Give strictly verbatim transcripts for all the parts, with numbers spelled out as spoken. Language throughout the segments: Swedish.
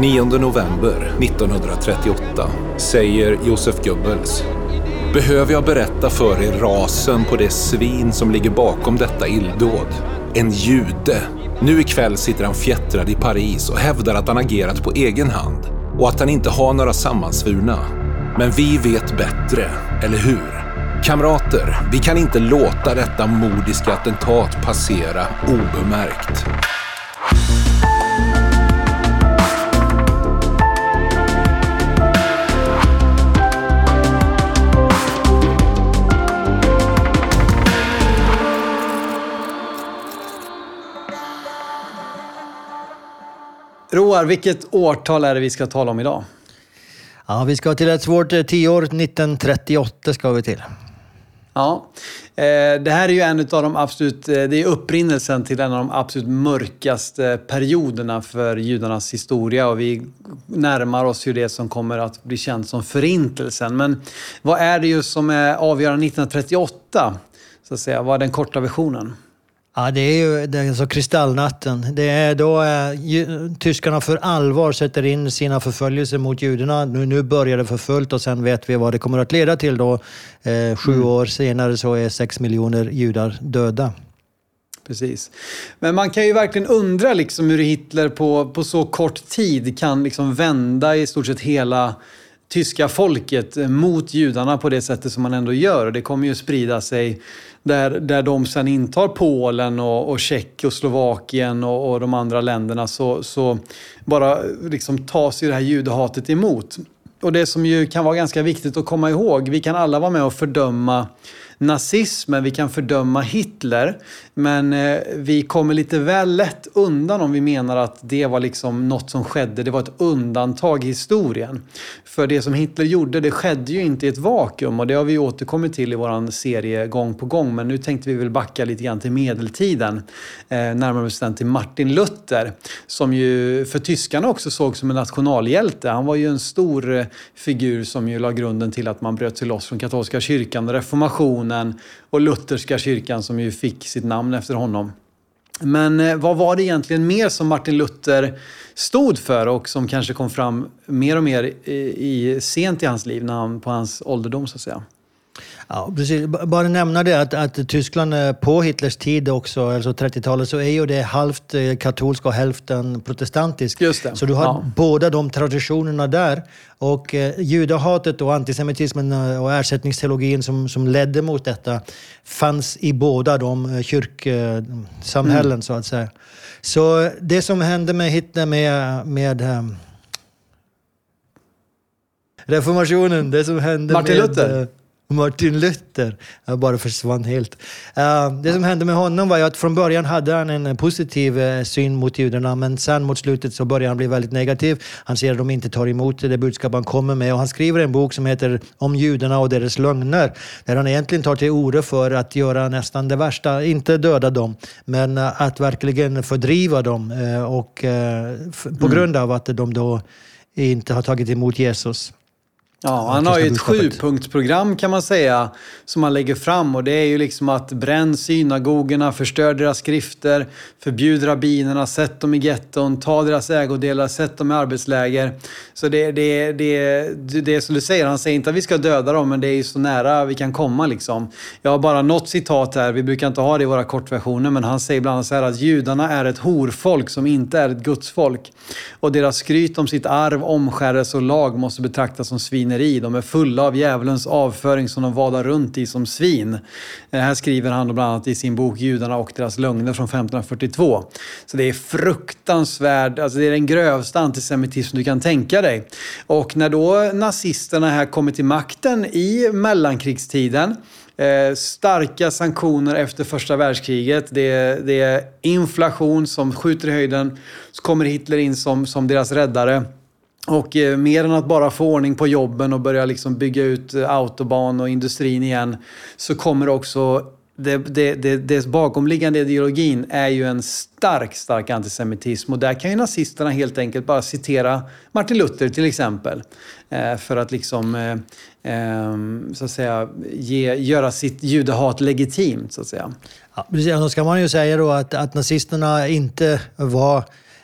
nionde november nittonhundratrettioåtta säger Josef Goebbels: behöver jag berätta för er rasen på det svin som ligger bakom detta illdåd? En jude. Nu ikväll sitter han fjättrad i Paris och hävdar att han agerat på egen hand och att han inte har några sammansvurna. Men vi vet bättre, eller hur? Kamrater, vi kan inte låta detta modiska attentat passera obemärkt. Roar, vilket årtal är det vi ska tala om idag? Ja, vi ska till ett svårt tioår, nittonhundratrettioåtta ska vi till. Ja, eh, det här är ju en av de absolut, det är upprinnelsen till en av de absolut mörkaste perioderna för judarnas historia, och vi närmar oss ju det som kommer att bli känt som förintelsen. Men vad är det ju som är avgörande nittonhundratrettioåtta, så att säga? Vad är den korta versionen? Ja, det är ju det är så kristallnatten. Det är då eh, ju, tyskarna för allvar sätter in sina förföljelser mot judarna. Nu, nu börjar det för fullt och sen vet vi vad det kommer att leda till då. Eh, sju mm. år senare så är sex miljoner judar döda. Precis. Men man kan ju verkligen undra liksom hur Hitler på, på så kort tid kan liksom vända i stort sett hela tyska folket mot judarna på det sättet som man ändå gör. Och det kommer ju sprida sig där, där de sen intar Polen och, och Tjeckoslovakien och, och de andra länderna, så, så bara liksom tas ju det här judehatet emot. Och det som ju kan vara ganska viktigt att komma ihåg, vi kan alla vara med och fördöma nazismen, vi kan fördöma Hitler, men eh, vi kommer lite väl lätt undan om vi menar att det var liksom något som skedde, det var ett undantag i historien. För det som Hitler gjorde, det skedde ju inte i ett vakuum, och det har vi återkommit till i våran serie gång på gång, men nu tänkte vi väl backa lite grann till medeltiden, eh, närmare bestämt till Martin Luther, som ju för tyskarna också såg som en nationalhjälte. Han var ju en stor eh, figur som ju la grunden till att man bröt sig loss från katolska kyrkan och reformationen och lutherska kyrkan som ju fick sitt namn efter honom. Men eh, vad var det egentligen mer som Martin Luther stod för och som kanske kom fram mer och mer i, i sent i hans liv, när han, på hans ålderdom så att säga? Ja, precis. Bara nämna det att, att Tyskland på Hitlers tid också, alltså trettiotalet, så är ju det halvt katolsk och hälften protestantisk. Just det. Så du har ja. båda de traditionerna där. Och eh, judehatet och antisemitismen och ersättningsteologin som, som ledde mot detta fanns i båda de kyrksamhällen mm. så att säga. Så det som hände med Hitler med... med um, reformationen, det som hände Martin med... Luther. Martin Luther. Jag bara försvann helt. Uh, det som hände med honom var ju att från början hade han en positiv uh, syn mot judarna, men sen mot slutet så började han bli väldigt negativ. Han ser att de inte tar emot det budskap han kommer med, och han skriver en bok som heter Om judarna och deras lögner, där han egentligen tar till ord för att göra nästan det värsta, inte döda dem, men uh, att verkligen fördriva dem uh, och uh, f- på mm. grund av att de då inte har tagit emot Jesus. Ja, han har ju ett sjupunktsprogram kan man säga som han lägger fram, och det är ju liksom att bränn synagogorna, förstör deras skrifter, förbjud rabbinerna, sätt dem i getton, ta deras ägodelar, sätt dem i arbetsläger. Så det, det, det, det, det är som du säger, han säger inte att vi ska döda dem, men det är ju så nära vi kan komma liksom. Jag har bara något citat här, vi brukar inte ha det i våra kortversioner, men han säger bland annat så här att judarna är ett horfolk som inte är ett gudsfolk, och deras skryt om sitt arv, omskärelse och lag måste betraktas som svin. De är fulla av djävulens avföring som de vadar runt i som svin. Det här skriver han då bland annat i sin bok Judarna och deras lögner från femtonhundrafyrtiotvå. Så det är fruktansvärt, alltså det är den grövsta antisemitism du kan tänka dig. Och när då nazisterna här kommer till makten i mellankrigstiden, Eh, starka sanktioner efter första världskriget, det är, det är inflation som skjuter i höjden, så kommer Hitler in som, som deras räddare. Och eh, mer än att bara få ordning på jobben och börja liksom bygga ut eh, autobahn och industrin igen, så kommer också det, det, det, det bakomliggande ideologin är ju en stark, stark antisemitism. Och där kan ju nazisterna helt enkelt bara citera Martin Luther till exempel. Eh, för att liksom eh, eh, så att säga ge, göra sitt judehat legitimt så att säga. Ja, precis. Då ska man ju säga då att, att nazisterna inte var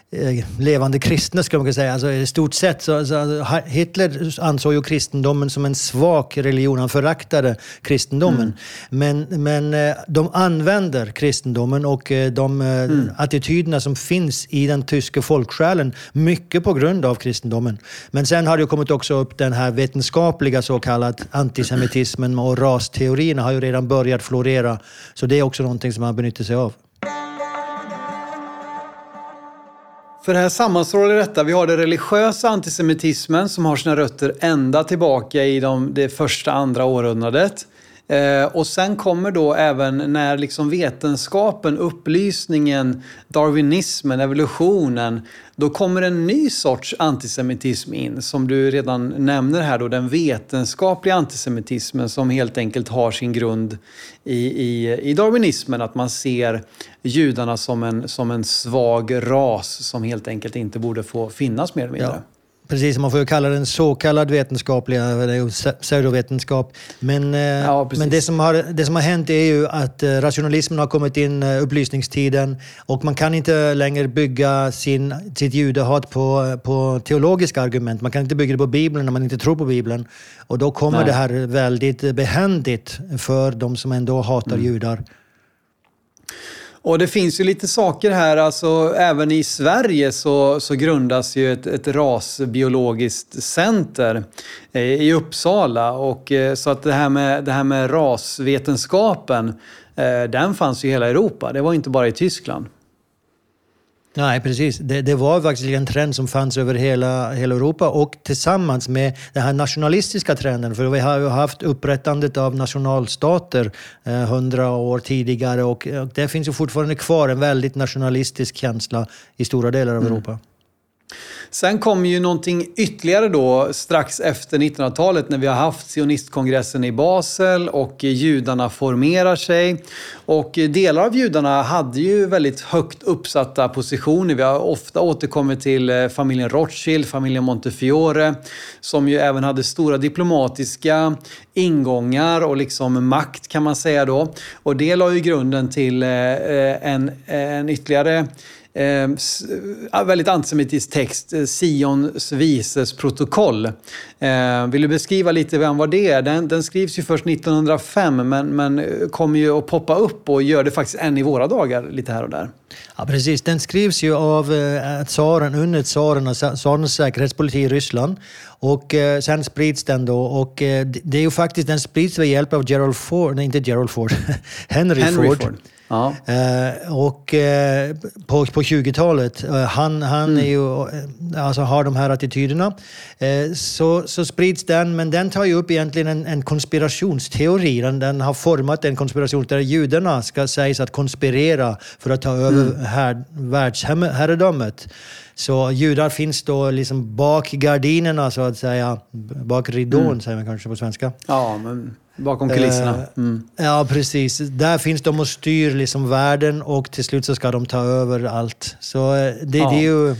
levande kristna, skulle man kunna säga. Alltså, i stort sett så, så Hitler ansåg ju kristendomen som en svag religion. Han föraktade kristendomen. Mm. Men, men de använder kristendomen och de mm. attityderna som finns i den tyska folksjälen mycket på grund av kristendomen. Men sen har det kommit också upp den här vetenskapliga så kallad antisemitismen, och rasteorierna har ju redan börjat florera. Så det är också någonting som man benyttar sig av. För det här sammanstrålar detta, vi har den religiösa antisemitismen som har sina rötter ända tillbaka i de, det första, andra århundradet. Eh, och sen kommer då även när liksom vetenskapen, upplysningen, darwinismen, evolutionen, då kommer en ny sorts antisemitism in som du redan nämner här då, den vetenskapliga antisemitismen som helt enkelt har sin grund i, i, i darwinismen, att man ser judarna som en, som en svag ras som helt enkelt inte borde få finnas mer eller mindre. Ja. Precis, man får ju kalla den så kallad vetenskapliga, pseudovetenskap. Men, ja, men det, som har, det som har hänt är ju att rationalismen har kommit in, upplysningstiden, och man kan inte längre bygga sin, sitt judehat på, på teologiska argument. Man kan inte bygga det på Bibeln när man inte tror på Bibeln. Och då kommer Nej. det här väldigt behändigt för de som ändå hatar mm. judar. Och det finns ju lite saker här, alltså även i Sverige så, så grundas ju ett, ett rasbiologiskt center eh, i Uppsala, och eh, så att det här med, det här med rasvetenskapen, eh, den fanns ju i hela Europa, det var inte bara i Tyskland. Nej, precis. Det, det var faktiskt en trend som fanns över hela, hela Europa, och tillsammans med den här nationalistiska trenden, för vi har ju haft upprättandet av nationalstater hundra eh, år tidigare, och, och det finns ju fortfarande kvar en väldigt nationalistisk känsla i stora delar av mm. Europa. Sen kom ju någonting ytterligare då strax efter nittonhundratalet när vi har haft sionistkongressen i Basel och judarna formerar sig. Och delar av judarna hade ju väldigt högt uppsatta positioner. Vi har ofta återkommit till familjen Rothschild, familjen Montefiore, som ju även hade stora diplomatiska ingångar och liksom makt, kan man säga då. Och det la ju grunden till en, en ytterligare Eh, väldigt antisemitisk text, Sions vises protokoll. Eh, vill du beskriva lite vem var det är? Den, den skrivs ju först nittonhundrafem, men, men kommer ju att poppa upp och gör det faktiskt än i våra dagar lite här och där. Ja, precis. Den skrivs ju av eh, tsaren, under tsaren och tsarens säkerhetspolitik i Ryssland. Och eh, sen sprids den då, och eh, det är ju faktiskt, den sprids med hjälp av Gerald Ford, nej inte Gerald Ford, Henry, Henry Ford. Ford. Ja. Eh, och eh, på, på tjugotalet, eh, han, han mm. är ju, eh, alltså har de här attityderna, eh, så, så sprids den, men den tar ju upp egentligen en, en konspirationsteori. Den, den har format en konspiration där judarna ska sägas att konspirera för att ta över mm. här, världsherredömet. Så judar finns då liksom bak gardinerna, så att säga, bak ridån, mm. säger man kanske på svenska. Ja, men bakom kulisserna. Mm. Ja, precis. Där finns de och styr liksom världen, och till slut så ska de ta över allt. Så det, ja. det är ju...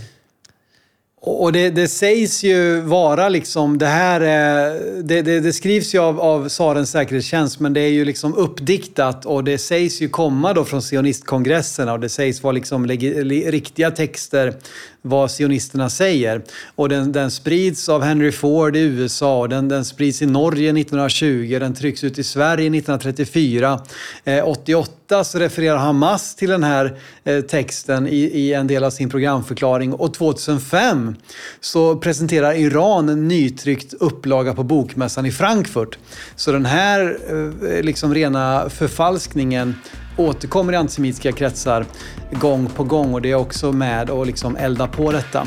Och det, det sägs ju vara liksom, det här är, det, det, det skrivs ju av, av tsarens säkerhetstjänst, men det är ju liksom uppdiktat, och det sägs ju komma då från sionistkongresserna, och det sägs vara liksom leg- riktiga texter vad sionisterna säger. Och den, den sprids av Henry Ford i U S A, och den, den sprids i Norge nittonhundratjugo, den trycks ut i Sverige nittonhundratrettiofyra. Eh, åttioåtta så refererar Hamas till den här eh, texten i, i en del av sin programförklaring, och tjugohundrafem så presenterar Iran en nytryckt upplaga på bokmässan i Frankfurt. Så den här eh, liksom rena förfalskningen återkommer i antisemitiska kretsar gång på gång, och det är också med att liksom elda på detta.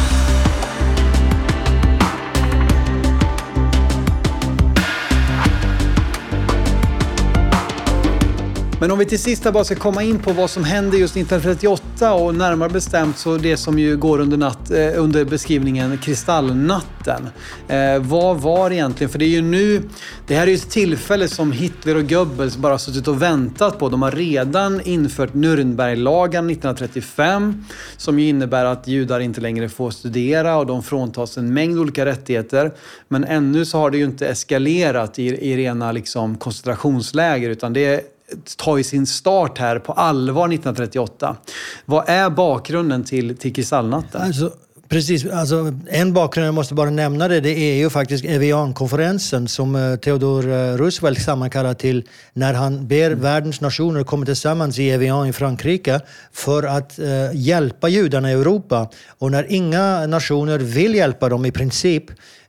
Men om vi till sist bara ska komma in på vad som hände just nittonhundratrettioåtta, och närmare bestämt så det som ju går under, natt, eh, under beskrivningen kristallnatten. Eh, vad var egentligen, för det är ju nu, det här är ju ett tillfälle som Hitler och Goebbels bara suttit och väntat på. De har redan infört Nürnberglagen nittonhundratrettiofem, som ju innebär att judar inte längre får studera, och de fråntas en mängd olika rättigheter. Men ännu så har det ju inte eskalerat i, i rena liksom koncentrationsläger, utan det är tar ju sin start här på allvar nittonhundratrettioåtta. Vad är bakgrunden till, till Kristallnatten? Alltså, precis, alltså, en bakgrund, jag måste bara nämna det, det är ju faktiskt Evian-konferensen som Theodore Roosevelt sammankallar till när han ber mm. världens nationer komma tillsammans i Evian i Frankrike för att eh, hjälpa judarna i Europa. Och när inga nationer vill hjälpa dem i princip,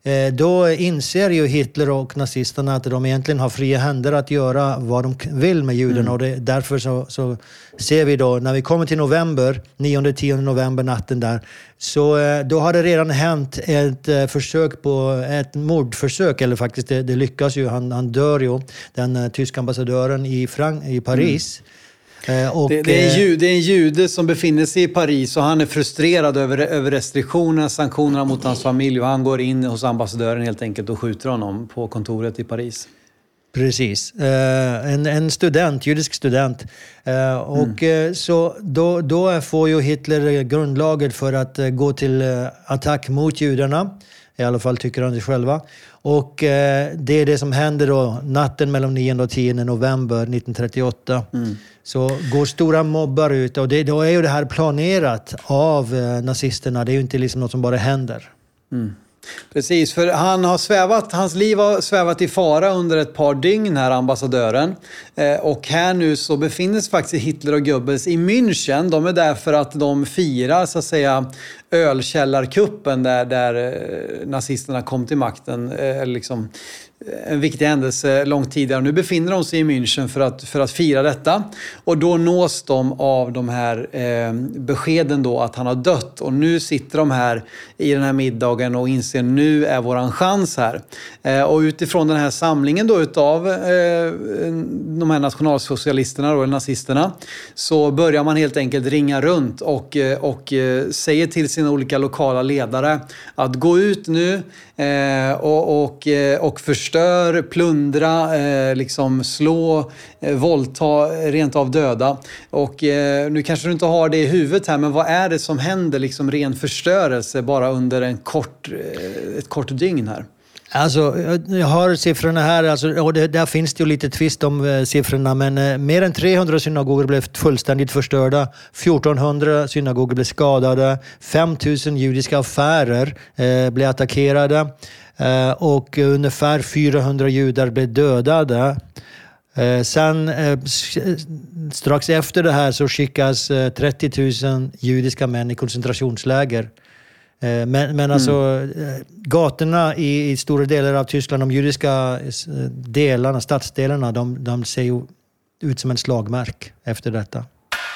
då inser ju Hitler och nazisterna att de egentligen har fria händer att göra vad de vill med judarna. Mm. Och det, därför så, så ser vi då, när vi kommer till november, nionde till tionde november, natten där, så då har det redan hänt ett försök på, ett mordförsök, eller faktiskt det, det lyckas ju, han, han dör ju, den tyska ambassadören i, Frank, i Paris. Mm. Och, det, det, är en jude, det är en jude som befinner sig i Paris och han är frustrerad över, över restriktionerna, sanktionerna mot hans familj, och han går in hos ambassadören helt enkelt och skjuter honom på kontoret i Paris. Precis. En, en student, judisk student. Och mm. så då, då får ju Hitler grundlaget för att gå till attack mot judarna. I alla fall tycker han det själva. Och eh, det är det som händer då natten mellan nionde och tionde november nittonhundratrettioåtta. Mm. Så går stora mobbar ut, och det, då är ju det här planerat av eh, nazisterna. Det är ju inte liksom något som bara händer. Mm. Precis, för han har svävat, hans liv har svävat i fara under ett par dygn här, ambassadören. Eh, och här nu så befinner sig faktiskt Hitler och Goebbels i München. De är där för att de firar, så att säga, ölkällarkuppen där, där eh, nazisterna kom till makten. Eh, liksom en viktig händelse långt tidigare. Nu befinner de sig i München för att, för att fira detta. Och då nås de av de här eh, beskeden då att han har dött. Och nu sitter de här i den här middagen och inser nu är våran chans här. Eh, och utifrån den här samlingen då utav eh, de här nationalsocialisterna och nazisterna, så börjar man helt enkelt ringa runt och, och eh, säger till sina olika lokala ledare att gå ut nu eh, och, och, och förstör, plundra, eh, liksom slå, eh, våldta, rent av döda. Och eh, nu kanske du inte har det i huvudet här, men vad är det som händer, liksom ren förstörelse bara under en kort, eh, ett kort dygn här? Alltså, jag har siffrorna här, alltså, och det, där finns det ju lite tvist om eh, siffrorna, men eh, mer än trehundra synagogor blev fullständigt förstörda, fjortonhundra synagogor blev skadade, fem tusen judiska affärer eh, blev attackerade eh, och ungefär fyrahundra judar blev dödade. Eh, sen eh, strax efter det här så skickas eh, trettio tusen judiska män i koncentrationsläger. Men, men alltså mm. gatorna i, i stora delar av Tyskland, de judiska delarna, stadsdelarna, de, de ser ju ut som en slagmark efter detta.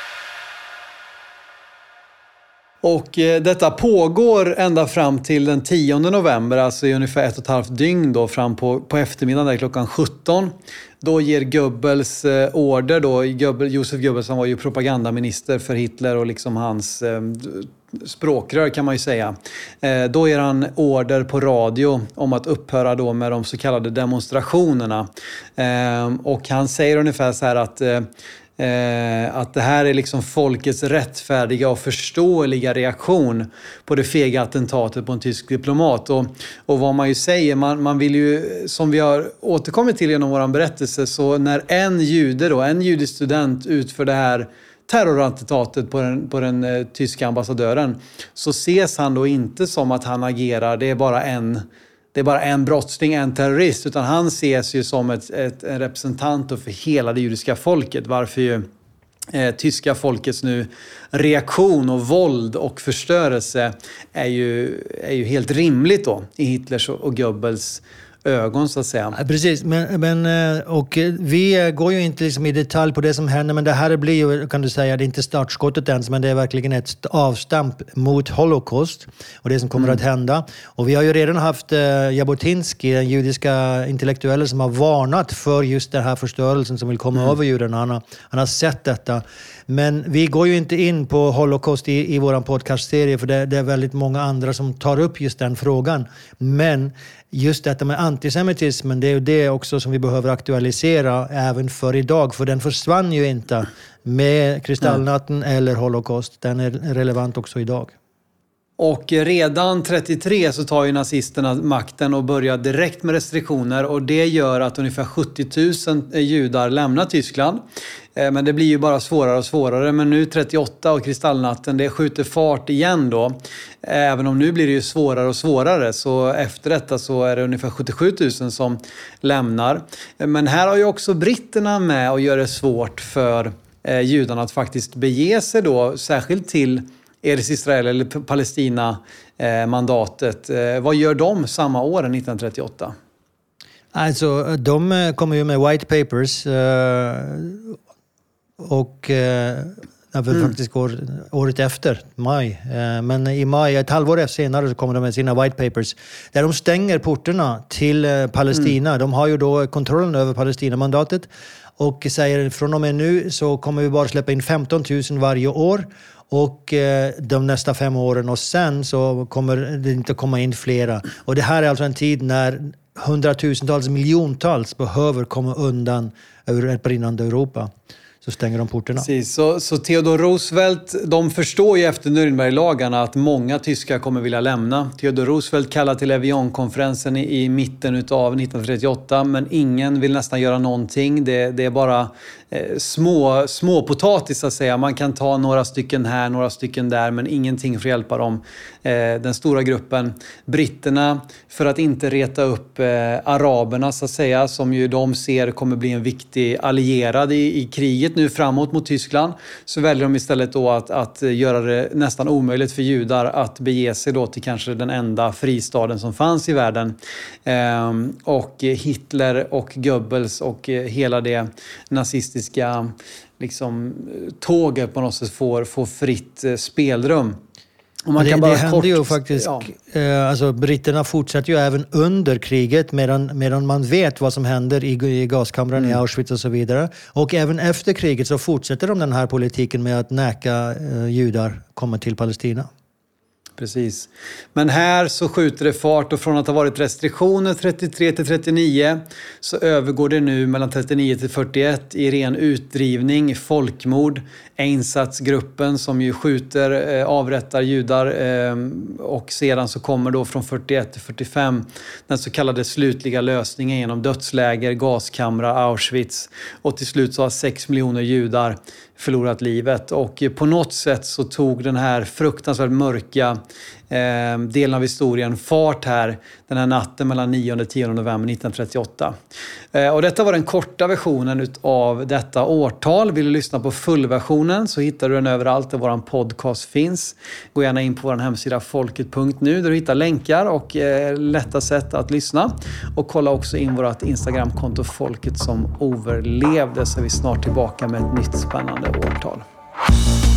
Och eh, detta pågår ända fram till den tionde november, alltså i ungefär ett och ett halvt dygn då, fram på, på eftermiddagen där klockan sjutton. Då ger Goebbels eh, order då, Goebbels, Josef Goebbels, han var ju propagandaminister för Hitler och liksom hans eh, språkrör kan man ju säga. Eh, då ger han order på radio om att upphöra då med de så kallade demonstrationerna. Eh, och han säger ungefär så här att eh, Eh, att det här är liksom folkets rättfärdiga och förståeliga reaktion på det fega attentatet på en tysk diplomat. Och, och vad man ju säger, man, man vill ju, som vi har återkommit till genom vår berättelse, så när en jude då, en judisk student utför det här terrorattentatet på den, på den eh, tyska ambassadören, så ses han då inte som att han agerar, det är bara en Det är bara en brottsling, en terrorist, utan han ses ju som ett, ett, en representant för hela det judiska folket. Varför ju eh, tyska folkets nu reaktion och våld och förstörelse är ju, är ju helt rimligt då i Hitlers och Goebbels ögon, så att säga. Precis, men, men och vi går ju inte liksom i detalj på det som händer, men det här blir ju, kan du säga, det är inte startskottet ens, men det är verkligen ett avstamp mot Holocaust och det som kommer mm. att hända. Och vi har ju redan haft eh, Jabotinsky, den judiska intellektuellen, som har varnat för just den här förstörelsen som vill komma mm. över judarna. Han har, han har sett detta. Men vi går ju inte in på Holocaust i, i vår podcastserie, för det, det är väldigt många andra som tar upp just den frågan. Men just detta med antisemitismen, det är ju det också som vi behöver aktualisera även för idag. För den försvann ju inte med Kristallnatten mm. eller Holocaust. Den är relevant också idag. Och redan trettiotre så tar ju nazisterna makten och börjar direkt med restriktioner, och det gör att ungefär sjuttio tusen judar lämnar Tyskland. Men det blir ju bara svårare och svårare. Men nu trettioåtta och kristallnatten, det skjuter fart igen då. Även om nu blir det ju svårare och svårare. Så efter detta så är det ungefär sjuttiosju tusen som lämnar. Men här har ju också britterna med och gör det svårt för eh, judarna att faktiskt bege sig då. Särskilt till Eretz Israel eller Palestina-mandatet. Eh, eh, vad gör de samma år, nittonhundratrettioåtta? Alltså, de kommer ju med white papers. Eh, och eh, mm. faktiskt år, året efter, maj. Eh, men i maj, ett halvår senare, så kommer de med sina white papers. Där de stänger porterna till eh, Palestina. Mm. De har ju då kontrollen över Palestina-mandatet. Och säger från och med nu så kommer vi bara släppa in femton tusen varje år. Och eh, de nästa fem åren. Och sen så kommer det inte komma in flera. Och det här är alltså en tid när hundratusentals, miljontals behöver komma undan över ett brinnande Europa. Så stänger de porterna. Precis, så, så Theodor Roosevelt, de förstår ju efter Nürnberglagarna att många tyskar kommer vilja lämna. Theodor Roosevelt kallar till Evian-konferensen i, i mitten av nittonhundratrettioåtta, men ingen vill nästan göra någonting. Det, det är bara eh, små, små potatis, så att säga. Man kan ta några stycken här, några stycken där, men ingenting för att hjälpa dem. Eh, den stora gruppen. Britterna, för att inte reta upp eh, araberna, så att säga, som ju de ser kommer bli en viktig allierad i, i kriget nu framåt mot Tyskland, så väljer de istället då att, att göra det nästan omöjligt för judar att bege sig då till kanske den enda fristaden som fanns i världen. Ehm, och Hitler och Goebbels och hela det nazistiska liksom, tåget på något sätt får, får fritt spelrum. Och man det kan bara det händer kort, ju faktiskt, ja. eh, alltså britterna fortsätter ju även under kriget medan, medan man vet vad som händer i, i gaskamrarna mm. i Auschwitz och så vidare. Och även efter kriget så fortsätter de den här politiken med att näka eh, judar komma till Palestina. Precis. Men här så skjuter det fart, och från att ha varit restriktioner trettiotre till trettionio så övergår det nu mellan trettionio till fyrtioett i ren utdrivning, folkmord. Einsatzgruppen som ju skjuter, eh, avrättar judar eh, och sedan så kommer då från fyrtioett till fyrtiofem den så kallade slutliga lösningen genom dödsläger, gaskamrar, Auschwitz, och till slut så har sex miljoner judar förlorat livet. Och på något sätt så tog den här fruktansvärt mörka eh, delen av historien fart här den här natten mellan nionde och tionde november nittonhundratrettioåtta. Eh, och detta var den korta versionen av detta årtal. Vill du lyssna på fullversionen så hittar du den överallt där vår podcast finns. Gå gärna in på vår hemsida folket punkt nu där du hittar länkar och eh, lätta sätt att lyssna. Och kolla också in vårt Instagramkonto Folket som överlevde, så är vi snart tillbaka med ett nytt spännande årtal.